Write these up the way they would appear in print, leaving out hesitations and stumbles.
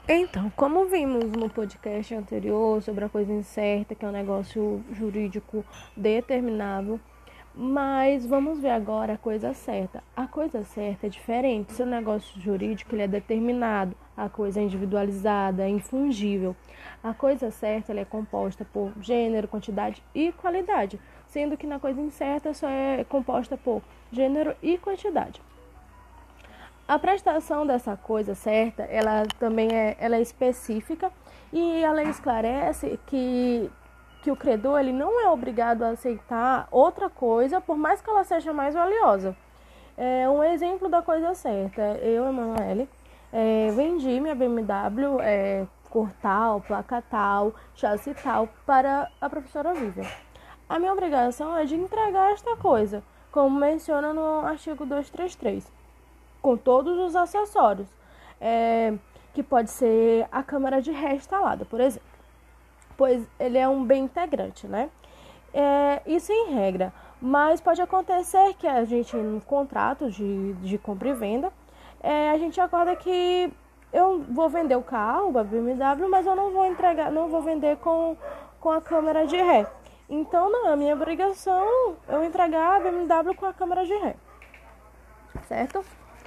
Então, como vimos no podcast anterior sobre a coisa incerta, que é um negócio jurídico determinável, mas vamos ver agora a coisa certa. A coisa certa é diferente. Se o negócio jurídico ele é determinado, a coisa é individualizada, é infungível. A coisa certa ela é composta por gênero, quantidade e qualidade, sendo que na coisa incerta só é composta por gênero e quantidade. A prestação dessa coisa certa, ela também ela é específica e ela esclarece que o credor ele não é obrigado a aceitar outra coisa, por mais que ela seja mais valiosa. Um exemplo da coisa certa, eu, Emanuele, vendi minha BMW, cor tal, placa tal, chassi tal, para a professora Vivian. A minha obrigação é de entregar esta coisa, como menciona no artigo 233. Com todos os acessórios, que pode ser a câmera de ré instalada, por exemplo, pois ele é um bem integrante, né? Isso em regra, mas pode acontecer que a gente, no contrato de compra e venda, a gente acorda que eu vou vender o carro, a BMW, mas eu não vou entregar, não vou vender com a câmera de ré. Então, não é minha obrigação eu entregar a BMW com a câmera de ré, certo?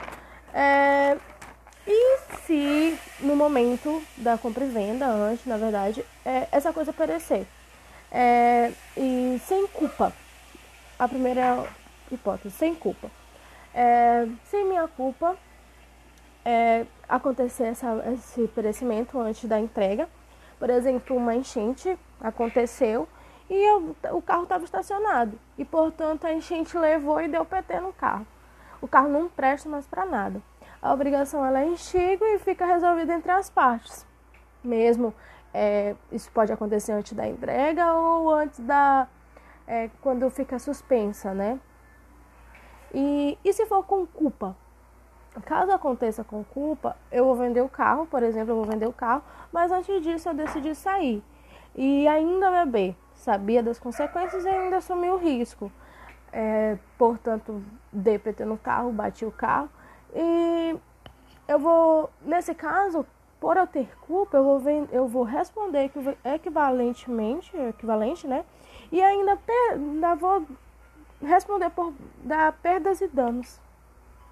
E se no momento da compra e venda, antes, na verdade, essa coisa aparecer e sem culpa, a primeira hipótese, sem culpa, sem minha culpa, acontecer esse perecimento antes da entrega, por exemplo, uma enchente aconteceu e o carro estava estacionado e, portanto, a enchente levou e deu PT no carro. O carro não presta mais para nada. A obrigação ela é extingue e fica resolvida entre as partes. Mesmo isso pode acontecer antes da entrega ou antes quando fica suspensa, né? E se for com culpa? Caso aconteça com culpa, eu vou vender o carro, por exemplo, mas antes disso eu decidi sair. E ainda beber, sabia das consequências e ainda assumi o risco. Portanto, dei PT no carro, bati o carro e eu vou, nesse caso, por eu ter culpa, eu vou responder equivalente, né? E ainda vou responder por dar perdas e danos.